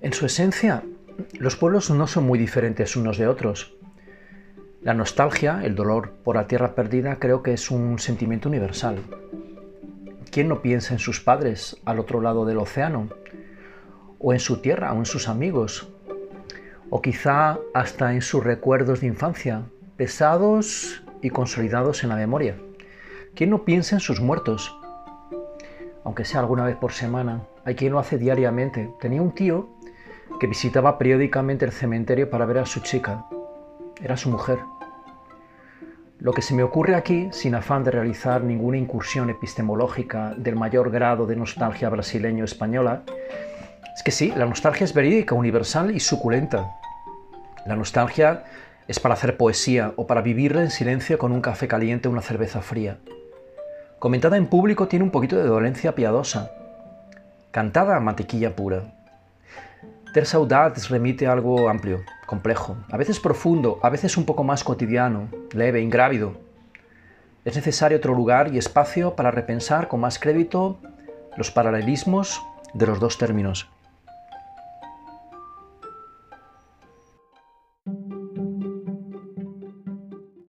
En su esencia, los pueblos no son muy diferentes unos de otros. La nostalgia, el dolor por la tierra perdida, creo que es un sentimiento universal. ¿Quién no piensa en sus padres al otro lado del océano? ¿O en su tierra, o en sus amigos? ¿O quizá hasta en sus recuerdos de infancia, pesados y consolidados en la memoria? ¿Quién no piensa en sus muertos? Aunque sea alguna vez por semana, hay quien lo hace diariamente. Tenía un tío que visitaba periódicamente el cementerio para ver a su chica. Era su mujer. Lo que se me ocurre aquí, sin afán de realizar ninguna incursión epistemológica del mayor grado de nostalgia brasileño-española, es que sí, la nostalgia es verídica, universal y suculenta. La nostalgia es para hacer poesía o para vivirla en silencio con un café caliente o una cerveza fría. Comentada en público tiene un poquito de dolencia piadosa. Cantada a mantequilla pura. Ter saudades remite a algo amplio, complejo, a veces profundo, a veces un poco más cotidiano, leve, ingrávido. Es necesario otro lugar y espacio para repensar con más crédito los paralelismos de los dos términos.